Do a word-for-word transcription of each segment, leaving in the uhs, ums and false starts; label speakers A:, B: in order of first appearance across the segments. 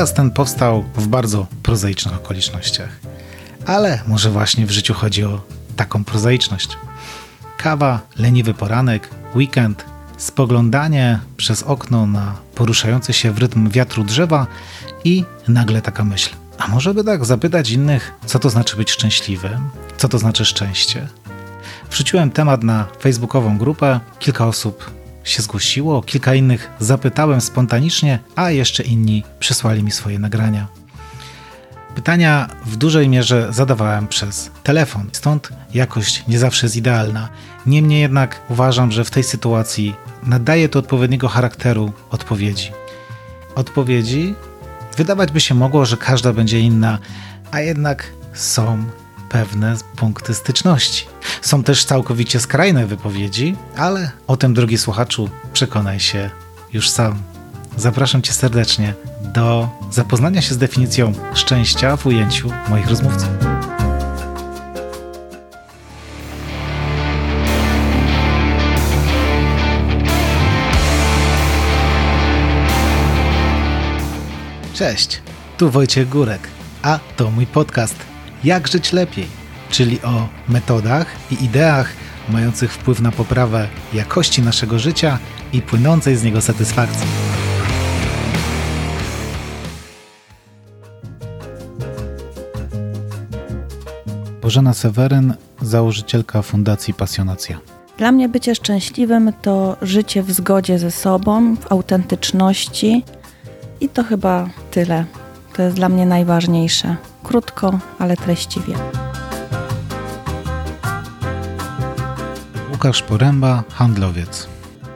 A: Podcast ten powstał w bardzo prozaicznych okolicznościach. Ale może właśnie w życiu chodzi o taką prozaiczność. Kawa, leniwy poranek, weekend, spoglądanie przez okno na poruszające się w rytm wiatru drzewa i nagle taka myśl. A może by tak zapytać innych, co to znaczy być szczęśliwym? Co to znaczy szczęście? Wrzuciłem temat na facebookową grupę, kilka osób się zgłosiło, kilka innych zapytałem spontanicznie, a jeszcze inni przysłali mi swoje nagrania. Pytania w dużej mierze zadawałem przez telefon, stąd jakość nie zawsze jest idealna. Niemniej jednak uważam, że w tej sytuacji nadaje to odpowiedniego charakteru odpowiedzi. Odpowiedzi wydawać by się mogło, że każda będzie inna, a jednak są pewne punkty styczności. Są też całkowicie skrajne wypowiedzi, ale o tym, drogi słuchaczu, przekonaj się już sam. Zapraszam Cię serdecznie do zapoznania się z definicją szczęścia w ujęciu moich rozmówców. Cześć, tu Wojciech Górek, a to mój podcast Jak żyć lepiej, czyli o metodach i ideach mających wpływ na poprawę jakości naszego życia i płynącej z niego satysfakcji. Bożena Seweryn, założycielka Fundacji Pasjonacja.
B: Dla mnie bycie szczęśliwym to życie w zgodzie ze sobą, w autentyczności i to chyba tyle. To jest dla mnie najważniejsze. Krótko, ale treściwie.
A: Łukasz Poręba, handlowiec.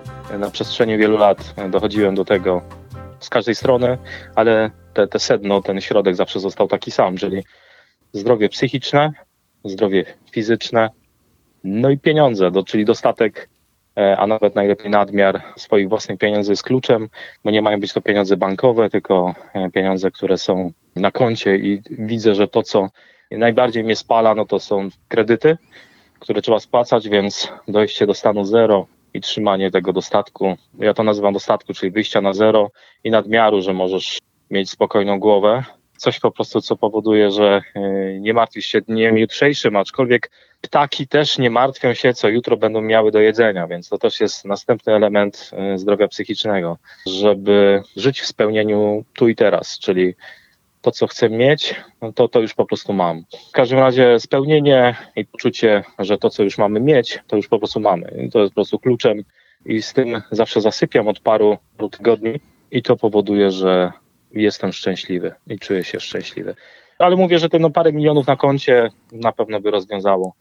C: Na przestrzeni wielu lat dochodziłem do tego z każdej strony, ale te, te sedno, ten środek zawsze został taki sam, czyli zdrowie psychiczne, zdrowie fizyczne, no i pieniądze, do, czyli dostatek, a nawet najlepiej nadmiar swoich własnych pieniędzy jest kluczem, bo nie mają być to pieniądze bankowe, tylko pieniądze, które są na koncie i widzę, że to, co najbardziej mnie spala, no to są kredyty, które trzeba spłacać, więc dojście do stanu zero i trzymanie tego dostatku, ja to nazywam dostatku, czyli wyjścia na zero i nadmiaru, że możesz mieć spokojną głowę. Coś po prostu, co powoduje, że nie martwisz się dniem jutrzejszym, aczkolwiek ptaki też nie martwią się, co jutro będą miały do jedzenia, więc to też jest następny element zdrowia psychicznego, żeby żyć w spełnieniu tu i teraz, czyli to, co chcę mieć, no to to już po prostu mam. W każdym razie spełnienie i poczucie, że to, co już mamy mieć, to już po prostu mamy. I to jest po prostu kluczem i z tym zawsze zasypiam od paru tygodni i to powoduje, że jestem szczęśliwy i czuję się szczęśliwy. Ale mówię, że te no parę milionów na koncie na pewno by rozwiązało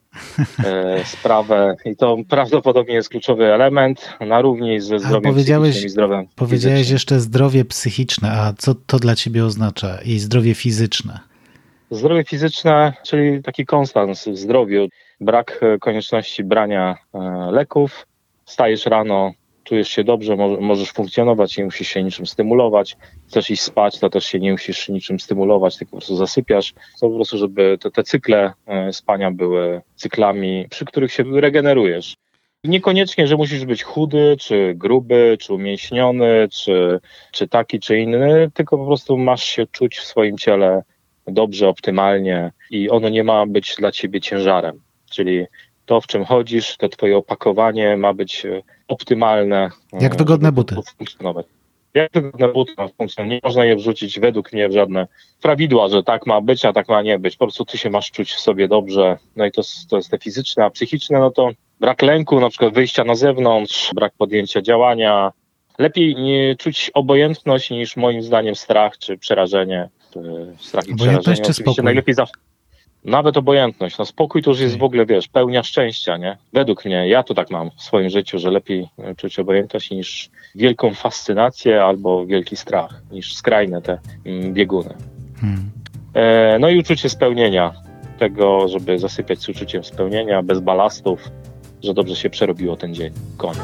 C: e, sprawę i to prawdopodobnie jest kluczowy element na równi ze zdrowiem psychicznym i zdrowiem
A: Powiedziałeś
C: fizycznym.
A: jeszcze zdrowie psychiczne, a co to dla Ciebie oznacza i zdrowie fizyczne?
C: Zdrowie fizyczne, czyli taki konstans w zdrowiu, brak konieczności brania e, leków, wstajesz rano, czujesz się dobrze, możesz funkcjonować, nie musisz się niczym stymulować. Chcesz iść spać, to też się nie musisz niczym stymulować, tylko po prostu zasypiasz. To po prostu, żeby te, te cykle spania były cyklami, przy których się regenerujesz. Niekoniecznie, że musisz być chudy, czy gruby, czy umięśniony, czy, czy taki, czy inny, tylko po prostu masz się czuć w swoim ciele dobrze, optymalnie i ono nie ma być dla ciebie ciężarem. Czyli to, w czym chodzisz, to twoje opakowanie ma być optymalne.
A: Jak wygodne buty.
C: Funkcjonować. Jak wygodne buty ma funkcjonować. Nie można je wrzucić według mnie w żadne prawidła, że tak ma być, a tak ma nie być. Po prostu ty się masz czuć w sobie dobrze. No i to, to jest te fizyczne, a psychiczne, no to brak lęku, na przykład wyjścia na zewnątrz, brak podjęcia działania. Lepiej nie czuć obojętność niż moim zdaniem strach czy przerażenie. Czy strach i przerażenie.
A: Czy spokój?
C: Najlepiej zawsze. Nawet obojętność. No spokój to już jest w ogóle, wiesz, pełnia szczęścia, nie? Według mnie, ja to tak mam w swoim życiu, że lepiej czuć obojętność niż wielką fascynację albo wielki strach, niż skrajne te bieguny. Hmm. E, no i uczucie spełnienia. Tego, żeby zasypiać z uczuciem spełnienia, bez balastów, że dobrze się przerobiło ten dzień. Koniec.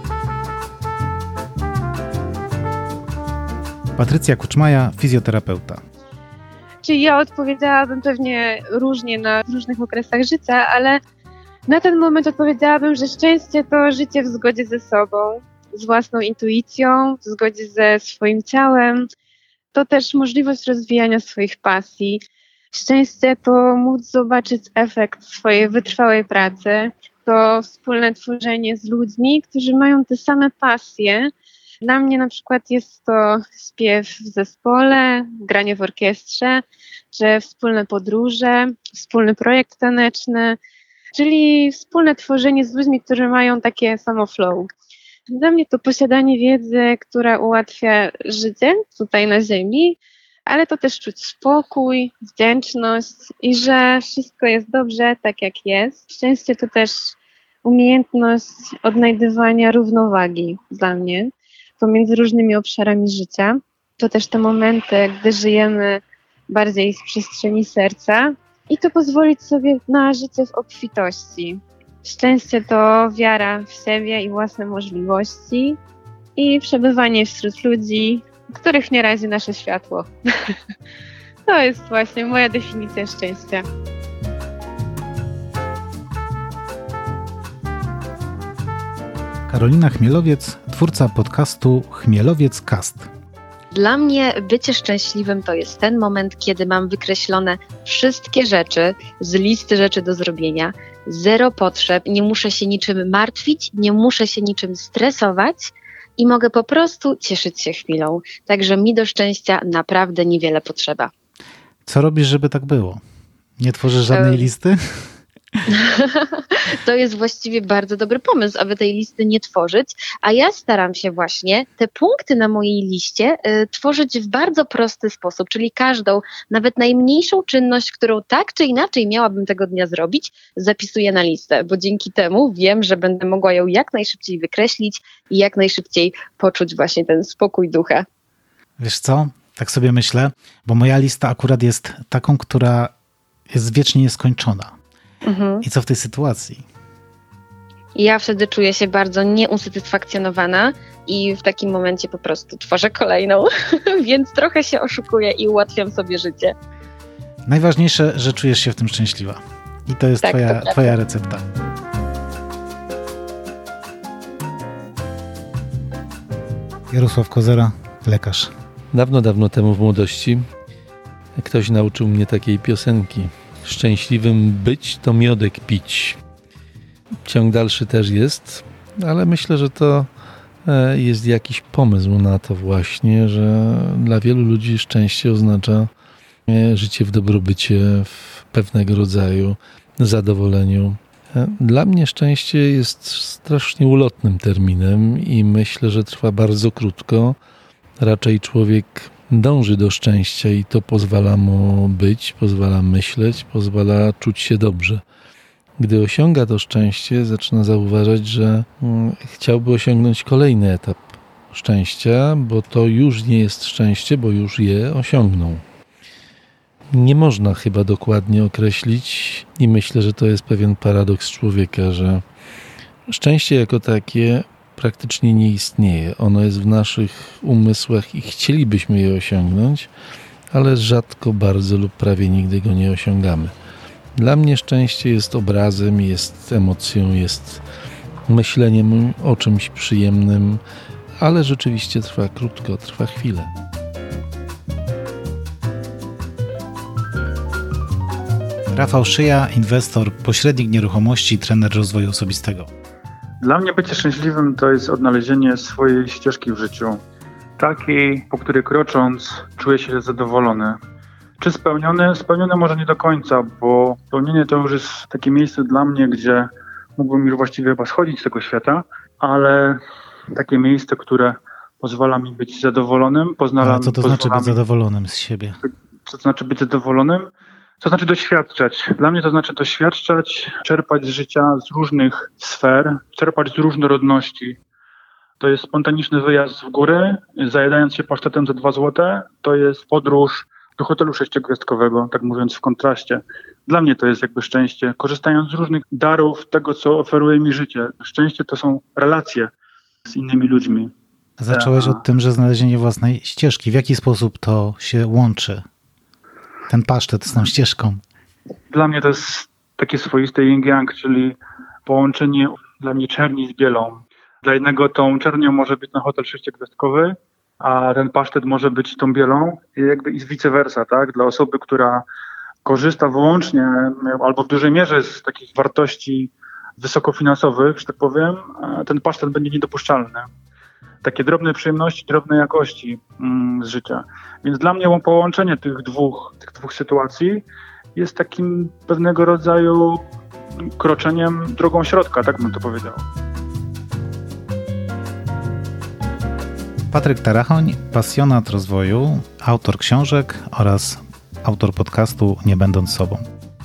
A: Patrycja Kuczmaja, fizjoterapeuta.
D: Czyli ja odpowiedziałabym pewnie różnie na różnych okresach życia, ale na ten moment odpowiedziałabym, że szczęście to życie w zgodzie ze sobą, z własną intuicją, w zgodzie ze swoim ciałem, to też możliwość rozwijania swoich pasji. Szczęście to móc zobaczyć efekt swojej wytrwałej pracy, to wspólne tworzenie z ludźmi, którzy mają te same pasje. Dla mnie na przykład jest to śpiew w zespole, granie w orkiestrze, czy wspólne podróże, wspólny projekt taneczny, czyli wspólne tworzenie z ludźmi, którzy mają takie samo flow. Dla mnie to posiadanie wiedzy, która ułatwia życie tutaj na ziemi, ale to też czuć spokój, wdzięczność i że wszystko jest dobrze tak jak jest. Szczęście to też umiejętność odnajdywania równowagi dla mnie pomiędzy różnymi obszarami życia. To też te momenty, gdy żyjemy bardziej z przestrzeni serca i to pozwolić sobie na życie w obfitości. Szczęście to wiara w siebie i własne możliwości i przebywanie wśród ludzi, których nie razi nasze światło. To jest właśnie moja definicja szczęścia.
A: Karolina Chmielowiec, twórca podcastu Chmielowiec Cast.
E: Dla mnie bycie szczęśliwym to jest ten moment, kiedy mam wykreślone wszystkie rzeczy z listy rzeczy do zrobienia, zero potrzeb, nie muszę się niczym martwić, nie muszę się niczym stresować i mogę po prostu cieszyć się chwilą. Także mi do szczęścia naprawdę niewiele potrzeba.
A: Co robisz, żeby tak było? Nie tworzysz żadnej listy?
E: To jest właściwie bardzo dobry pomysł, aby tej listy nie tworzyć, a ja staram się właśnie te punkty na mojej liście y, tworzyć w bardzo prosty sposób, czyli każdą, nawet najmniejszą czynność, którą tak czy inaczej miałabym tego dnia zrobić, zapisuję na listę, bo dzięki temu wiem, że będę mogła ją jak najszybciej wykreślić i jak najszybciej poczuć właśnie ten spokój ducha.
A: Wiesz co? Tak sobie myślę, bo moja lista akurat jest taką, która jest wiecznie nieskończona.
E: Mhm.
A: I co w tej sytuacji?
E: Ja wtedy czuję się bardzo nieusatysfakcjonowana i w takim momencie po prostu tworzę kolejną, więc trochę się oszukuję i ułatwiam sobie życie.
A: Najważniejsze, że czujesz się w tym szczęśliwa. I to jest
E: tak,
A: twoja,
E: to
A: twoja recepta. Jarosław Kozera, lekarz.
F: Dawno, dawno temu w młodości ktoś nauczył mnie takiej piosenki. Szczęśliwym być to miodek pić. Ciąg dalszy też jest, ale myślę, że to jest jakiś pomysł na to właśnie, że dla wielu ludzi szczęście oznacza życie w dobrobycie, w pewnego rodzaju zadowoleniu. Dla mnie szczęście jest strasznie ulotnym terminem i myślę, że trwa bardzo krótko. Raczej człowiek dąży do szczęścia i to pozwala mu być, pozwala myśleć, pozwala czuć się dobrze. Gdy osiąga to szczęście, zaczyna zauważać, że chciałby osiągnąć kolejny etap szczęścia, bo to już nie jest szczęście, bo już je osiągnął. Nie można chyba dokładnie określić i myślę, że to jest pewien paradoks człowieka, że szczęście jako takie praktycznie nie istnieje. Ono jest w naszych umysłach i chcielibyśmy je osiągnąć, ale rzadko bardzo lub prawie nigdy go nie osiągamy. Dla mnie szczęście jest obrazem, jest emocją, jest myśleniem o czymś przyjemnym, ale rzeczywiście trwa krótko, trwa chwilę.
A: Rafał Szyja, inwestor, pośrednik nieruchomości, trener rozwoju osobistego.
G: Dla mnie bycie szczęśliwym to jest odnalezienie swojej ścieżki w życiu. Takiej, po której krocząc czuję się zadowolony. Czy spełniony? Spełniony może nie do końca, bo spełnienie to już jest takie miejsce dla mnie, gdzie mógłbym już właściwie chyba schodzić z tego świata, ale takie miejsce, które pozwala mi być zadowolonym. Pozwala,
A: A co to znaczy być
G: mi,
A: zadowolonym z siebie?
G: Co to znaczy być zadowolonym? To znaczy doświadczać. Dla mnie to znaczy doświadczać, czerpać z życia z różnych sfer, czerpać z różnorodności. To jest spontaniczny wyjazd w góry, zajadając się pasztetem za dwa złote. To jest podróż do hotelu sześciogwiazdkowego, tak mówiąc w kontraście. Dla mnie to jest jakby szczęście, korzystając z różnych darów tego, co oferuje mi życie. Szczęście to są relacje z innymi ludźmi.
A: Zacząłeś od tym, że znalezienie własnej ścieżki. W jaki sposób to się łączy? Ten pasztet z tą ścieżką.
G: Dla mnie to jest takie swoiste yin-yang, czyli połączenie dla mnie czerni z bielą. Dla jednego tą czernią może być na hotel sześciogwiazdkowy, a ten pasztet może być tą bielą i jakby i vice versa, tak? Dla osoby, która korzysta wyłącznie albo w dużej mierze z takich wartości wysokofinansowych, że tak powiem, ten pasztet będzie niedopuszczalny. Takie drobne przyjemności, drobne jakości mm, z życia. Więc dla mnie połączenie tych dwóch, tych dwóch sytuacji jest takim pewnego rodzaju kroczeniem drogą środka, tak bym to powiedział.
A: Patryk Tarachoń, pasjonat rozwoju, autor książek oraz autor podcastu Nie będąc sobą.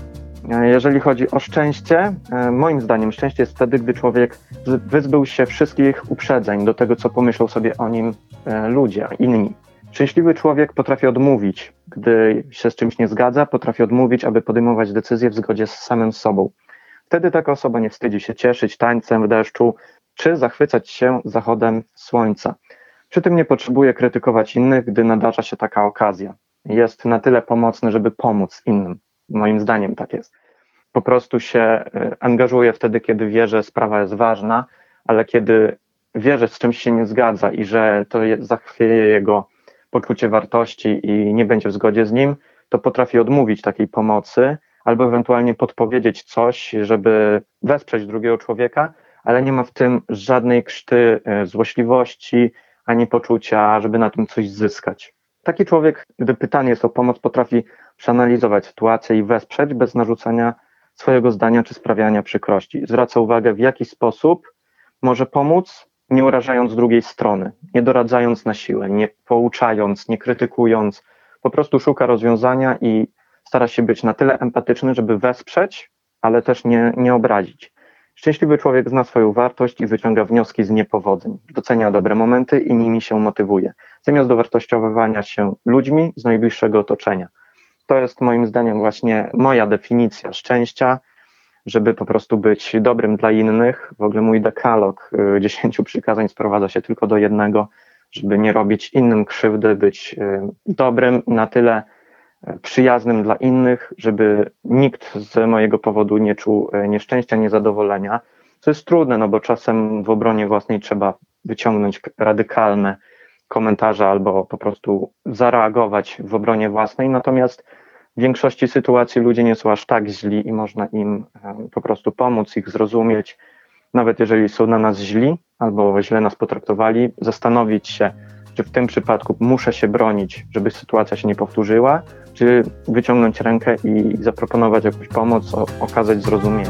H: Jeżeli chodzi o szczęście, moim zdaniem szczęście jest wtedy, gdy człowiek wyzbył się wszystkich uprzedzeń do tego, co pomyślą sobie o nim ludzie, inni. Szczęśliwy człowiek potrafi odmówić, gdy się z czymś nie zgadza, potrafi odmówić, aby podejmować decyzje w zgodzie z samym sobą. Wtedy taka osoba nie wstydzi się cieszyć tańcem w deszczu, czy zachwycać się zachodem słońca. Przy tym nie potrzebuje krytykować innych, gdy nadarza się taka okazja. Jest na tyle pomocny, żeby pomóc innym. Moim zdaniem tak jest. Po prostu się angażuje wtedy, kiedy wie, że sprawa jest ważna, ale kiedy wie, że z czymś się nie zgadza i że to zachwieje jego poczucie wartości i nie będzie w zgodzie z nim, to potrafi odmówić takiej pomocy albo ewentualnie podpowiedzieć coś, żeby wesprzeć drugiego człowieka, ale nie ma w tym żadnej krzty złośliwości ani poczucia, żeby na tym coś zyskać. Taki człowiek, gdy pytany jest o pomoc, potrafi przeanalizować sytuację i wesprzeć bez narzucania swojego zdania czy sprawiania przykrości. Zwraca uwagę, w jaki sposób może pomóc, nie urażając drugiej strony, nie doradzając na siłę, nie pouczając, nie krytykując. Po prostu szuka rozwiązania i stara się być na tyle empatyczny, żeby wesprzeć, ale też nie, nie obrazić. Szczęśliwy człowiek zna swoją wartość i wyciąga wnioski z niepowodzeń. Docenia dobre momenty i nimi się motywuje, zamiast dowartościowywania się ludźmi z najbliższego otoczenia. To jest moim zdaniem właśnie moja definicja szczęścia, żeby po prostu być dobrym dla innych. W ogóle mój dekalog y, dziesięciu przykazań sprowadza się tylko do jednego, żeby nie robić innym krzywdy, być y, dobrym na tyle y, przyjaznym dla innych, żeby nikt z mojego powodu nie czuł y, nieszczęścia, niezadowolenia. Co jest trudne, no bo czasem w obronie własnej trzeba wyciągnąć radykalne komentarze albo po prostu zareagować w obronie własnej, natomiast w większości sytuacji ludzie nie są aż tak źli i można im po prostu pomóc, ich zrozumieć, nawet jeżeli są na nas źli albo źle nas potraktowali, zastanowić się, czy w tym przypadku muszę się bronić, żeby sytuacja się nie powtórzyła, czy wyciągnąć rękę i zaproponować jakąś pomoc, okazać zrozumienie.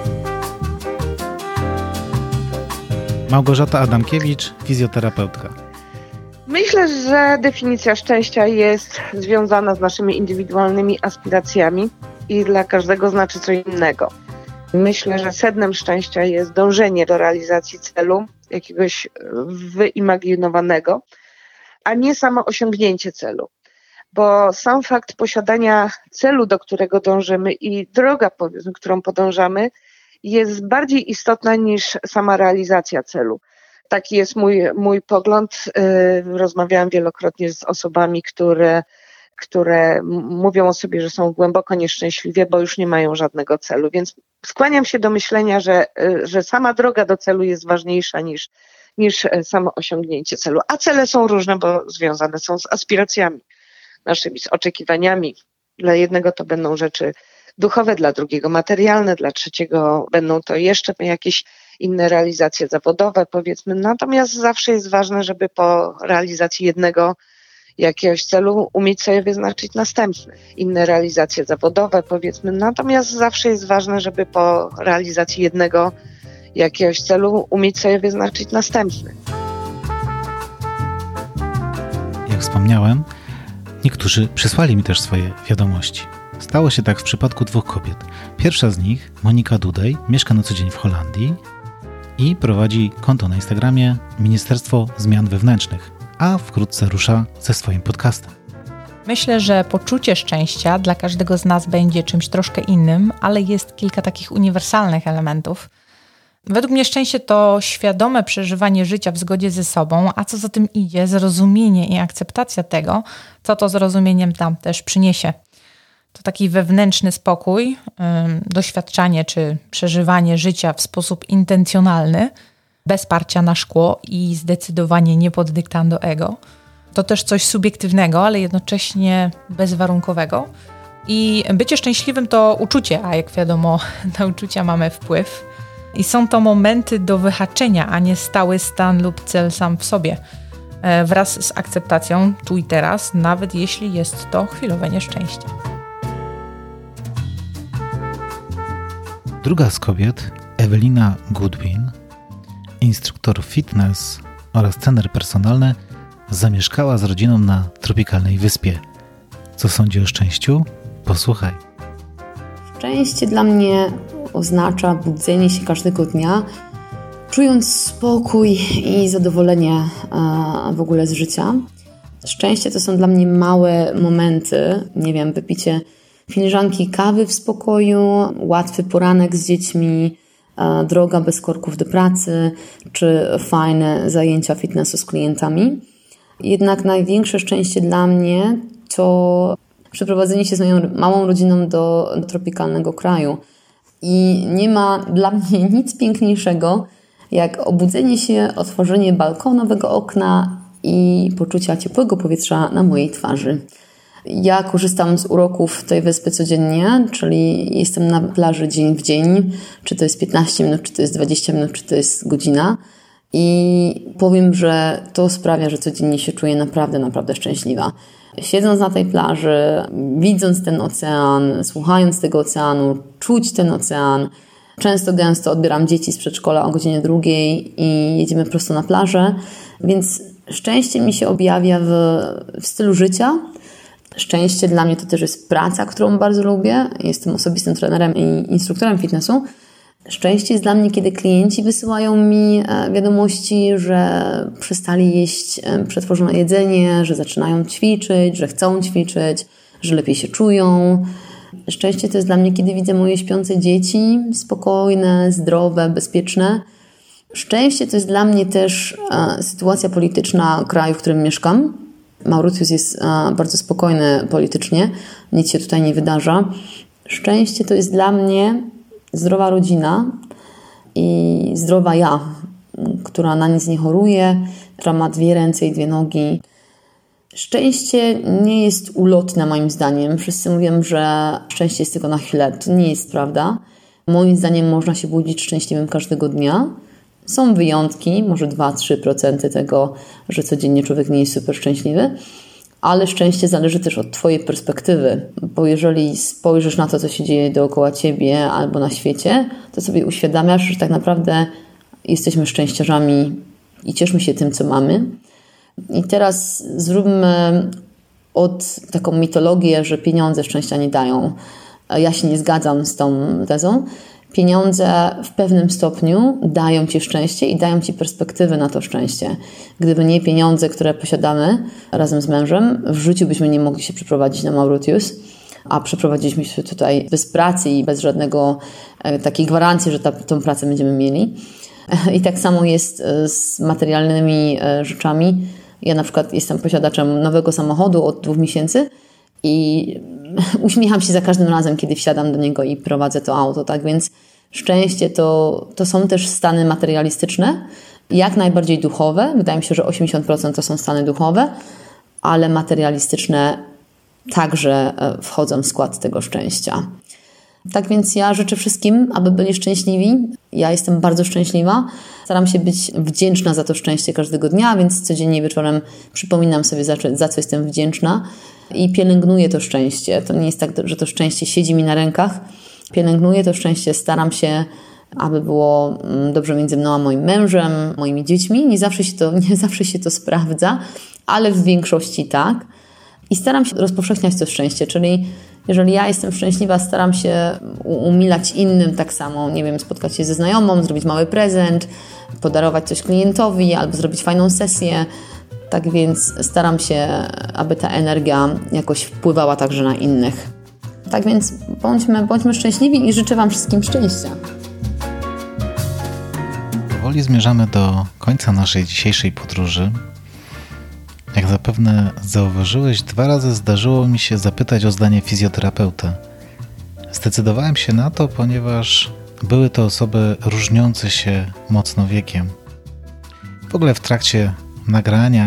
A: Małgorzata Adamkiewicz, fizjoterapeutka.
I: Myślę, że definicja szczęścia jest związana z naszymi indywidualnymi aspiracjami i dla każdego znaczy co innego. Myślę, że sednem szczęścia jest dążenie do realizacji celu, jakiegoś wyimaginowanego, a nie samo osiągnięcie celu. Bo sam fakt posiadania celu, do którego dążymy i droga, którą podążamy, jest bardziej istotna niż sama realizacja celu. Taki jest mój, mój pogląd. Rozmawiałam wielokrotnie z osobami, które, które mówią o sobie, że są głęboko nieszczęśliwe, bo już nie mają żadnego celu. Więc skłaniam się do myślenia, że, że sama droga do celu jest ważniejsza niż, niż samo osiągnięcie celu. A cele są różne, bo związane są z aspiracjami naszymi, z oczekiwaniami. Dla jednego to będą rzeczy duchowe, dla drugiego materialne, dla trzeciego będą to jeszcze jakieś inne realizacje zawodowe, powiedzmy. Natomiast zawsze jest ważne, żeby po realizacji jednego jakiegoś celu umieć sobie wyznaczyć następny. Inne realizacje zawodowe, powiedzmy. Natomiast zawsze jest ważne, żeby po realizacji jednego jakiegoś celu umieć sobie wyznaczyć następny.
A: Jak wspomniałem, niektórzy przysłali mi też swoje wiadomości. Stało się tak w przypadku dwóch kobiet. Pierwsza z nich, Monika Dudej, mieszka na co dzień w Holandii i prowadzi konto na Instagramie Ministerstwo Zmian Wewnętrznych, a wkrótce rusza ze swoim podcastem.
J: Myślę, że poczucie szczęścia dla każdego z nas będzie czymś troszkę innym, ale jest kilka takich uniwersalnych elementów. Według mnie szczęście to świadome przeżywanie życia w zgodzie ze sobą, a co za tym idzie, zrozumienie i akceptacja tego, co to zrozumieniem nam też przyniesie. To taki wewnętrzny spokój, yy, doświadczanie czy przeżywanie życia w sposób intencjonalny, bez parcia na szkło i zdecydowanie nie pod dyktando ego. to też coś subiektywnego, ale jednocześnie bezwarunkowego. I bycie szczęśliwym to uczucie, a jak wiadomo, na uczucia mamy wpływ. I są to momenty do wyhaczenia, a nie stały stan lub cel sam w sobie. Wraz z akceptacją tu i teraz, nawet jeśli jest to chwilowe nieszczęście.
A: Druga z kobiet, Ewelina Goodwin, instruktor fitness oraz trener personalny, zamieszkała z rodziną na tropikalnej wyspie. Co sądzi o szczęściu? Posłuchaj.
K: Szczęście dla mnie oznacza budzenie się każdego dnia, czując spokój i zadowolenie w ogóle z życia. Szczęście to są dla mnie małe momenty, nie wiem, wypicie filiżanki kawy w spokoju, łatwy poranek z dziećmi, droga bez korków do pracy, czy fajne zajęcia fitnessu z klientami. Jednak największe szczęście dla mnie to przeprowadzenie się z moją małą rodziną do, do tropikalnego kraju. I nie ma dla mnie nic piękniejszego, jak obudzenie się, otworzenie balkonowego okna i poczucia ciepłego powietrza na mojej twarzy. Ja korzystam z uroków tej wyspy codziennie, czyli jestem na plaży dzień w dzień, czy to jest piętnaście minut, czy to jest dwadzieścia minut, czy to jest godzina. I powiem, że to sprawia, że codziennie się czuję naprawdę, naprawdę szczęśliwa. Siedząc na tej plaży, widząc ten ocean, słuchając tego oceanu, czuć ten ocean. Często, gęsto odbieram dzieci z przedszkola o godzinie drugiej i jedziemy prosto na plażę, więc szczęście mi się objawia w, w stylu życia. Szczęście dla mnie to też jest praca, którą bardzo lubię. Jestem osobistym trenerem i instruktorem fitnessu. Szczęście jest dla mnie, kiedy klienci wysyłają mi wiadomości, że przestali jeść przetworzone jedzenie, że zaczynają ćwiczyć, że chcą ćwiczyć, że lepiej się czują. Szczęście to jest dla mnie, kiedy widzę moje śpiące dzieci, spokojne, zdrowe, bezpieczne. Szczęście to jest dla mnie też sytuacja polityczna kraju, w którym mieszkam. Mauritius jest bardzo spokojny politycznie, nic się tutaj nie wydarza. Szczęście to jest dla mnie zdrowa rodzina i zdrowa ja, która na nic nie choruje, która ma dwie ręce i dwie nogi. Szczęście nie jest ulotne moim zdaniem. Wszyscy mówią, że szczęście jest tylko na chwilę. To nie jest prawda. Moim zdaniem można się budzić szczęśliwym każdego dnia. Są wyjątki, może dwa do trzech procent tego, że codziennie człowiek nie jest super szczęśliwy, ale szczęście zależy też od twojej perspektywy, bo jeżeli spojrzysz na to, co się dzieje dookoła ciebie albo na świecie, to sobie uświadamiasz, że tak naprawdę jesteśmy szczęściarzami i cieszmy się tym, co mamy. I teraz zróbmy od taką mitologię, że pieniądze szczęścia nie dają. Ja się nie zgadzam z tą tezą. Pieniądze w pewnym stopniu dają ci szczęście i dają ci perspektywę na to szczęście. Gdyby nie pieniądze, które posiadamy razem z mężem, w życiu byśmy nie mogli się przeprowadzić na Mauritius, a przeprowadziliśmy się tutaj bez pracy i bez żadnego e, takiej gwarancji, że ta, tą pracę będziemy mieli. I tak samo jest z materialnymi e, rzeczami. Ja na przykład jestem posiadaczem nowego samochodu od dwóch miesięcy i uśmiecham się za każdym razem, kiedy wsiadam do niego i prowadzę to auto. Tak więc szczęście to, to są też stany materialistyczne, jak najbardziej duchowe. Wydaje mi się, że osiemdziesiąt procent to są stany duchowe, ale materialistyczne także wchodzą w skład tego szczęścia. Tak więc ja życzę wszystkim, aby byli szczęśliwi. Ja jestem bardzo szczęśliwa. Staram się być wdzięczna za to szczęście każdego dnia, więc codziennie wieczorem przypominam sobie, za, za co jestem wdzięczna i pielęgnuję to szczęście. To nie jest tak, że to szczęście siedzi mi na rękach. Pielęgnuję to szczęście, staram się, aby było dobrze między mną a moim mężem, moimi dziećmi. Nie zawsze się to, nie zawsze się to sprawdza, ale w większości tak. I staram się rozpowszechniać to szczęście, czyli jeżeli ja jestem szczęśliwa, staram się umilać innym tak samo, nie wiem, spotkać się ze znajomą, zrobić mały prezent, podarować coś klientowi albo zrobić fajną sesję. Tak więc staram się, aby ta energia jakoś wpływała także na innych. Tak więc bądźmy, bądźmy szczęśliwi i życzę Wam wszystkim szczęścia.
A: Powoli zmierzamy do końca naszej dzisiejszej podróży. Jak zapewne zauważyłeś, dwa razy zdarzyło mi się zapytać o zdanie fizjoterapeutę. Zdecydowałem się na to, ponieważ były to osoby różniące się mocno wiekiem. W ogóle w trakcie nagrania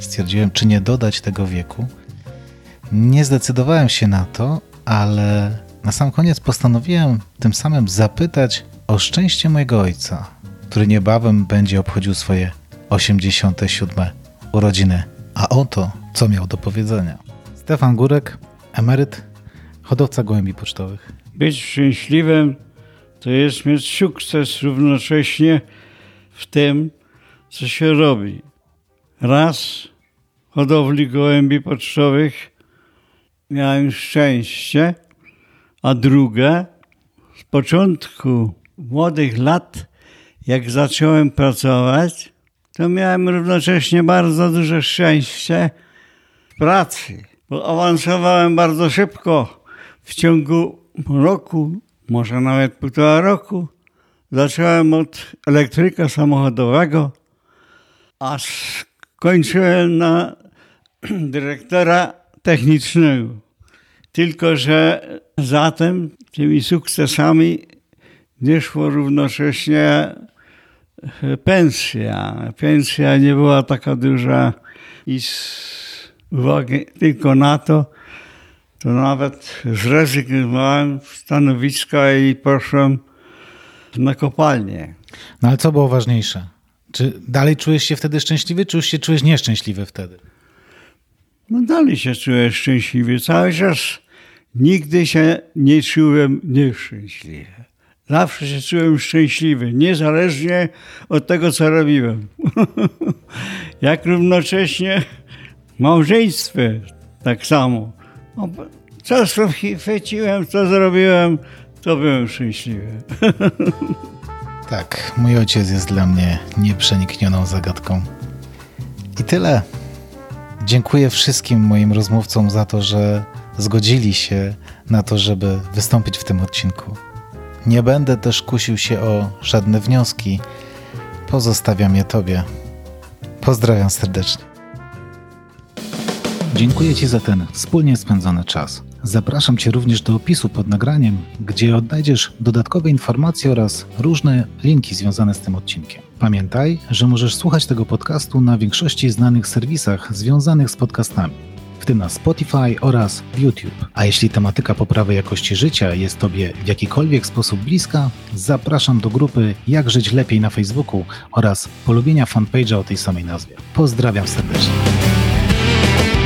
A: stwierdziłem, czy nie dodać tego wieku. Nie zdecydowałem się na to, ale na sam koniec postanowiłem tym samym zapytać o szczęście mojego ojca, który niebawem będzie obchodził swoje osiemdziesiąte siódme urodziny. A oto, co miał do powiedzenia. Stefan Górek, emeryt, hodowca gołębi pocztowych.
L: Być szczęśliwym to jest mieć sukces równocześnie w tym, co się robi. Raz w hodowli gołębi pocztowych miałem szczęście, a drugie z początku młodych lat, jak zacząłem pracować, to miałem równocześnie bardzo duże szczęście w pracy, bo awansowałem bardzo szybko. W ciągu roku, może nawet półtora roku, zacząłem od elektryka samochodowego, a skończyłem na dyrektora technicznego. Tylko że zatem tymi sukcesami nie szło równocześnie pensja. Pensja nie była taka duża i z uwagi tylko na to, to nawet zrezygnowałem z stanowiska i poszłem na kopalnię.
A: No ale co było ważniejsze? Czy dalej czułeś się wtedy szczęśliwy, czy już się czułeś nieszczęśliwy wtedy?
L: No dalej się czułem szczęśliwy. Cały czas nigdy się nie czułem nieszczęśliwy. Zawsze się czułem szczęśliwy, niezależnie od tego, co robiłem. Jak równocześnie w małżeństwie tak samo. Co chwyciłem, co zrobiłem, to byłem szczęśliwy.
A: Tak, mój ojciec jest dla mnie nieprzeniknioną zagadką. I tyle. Dziękuję wszystkim moim rozmówcom za to, że zgodzili się na to, żeby wystąpić w tym odcinku. Nie będę też kusił się o żadne wnioski. Pozostawiam je Tobie. Pozdrawiam serdecznie. Dziękuję Ci za ten wspólnie spędzony czas. Zapraszam Cię również do opisu pod nagraniem, gdzie odnajdziesz dodatkowe informacje oraz różne linki związane z tym odcinkiem. Pamiętaj, że możesz słuchać tego podcastu na większości znanych serwisach związanych z podcastami, w tym na Spotify oraz w YouTube. A jeśli tematyka poprawy jakości życia jest Tobie w jakikolwiek sposób bliska, zapraszam do grupy Jak żyć lepiej na Facebooku oraz polubienia fanpage'a o tej samej nazwie. Pozdrawiam serdecznie.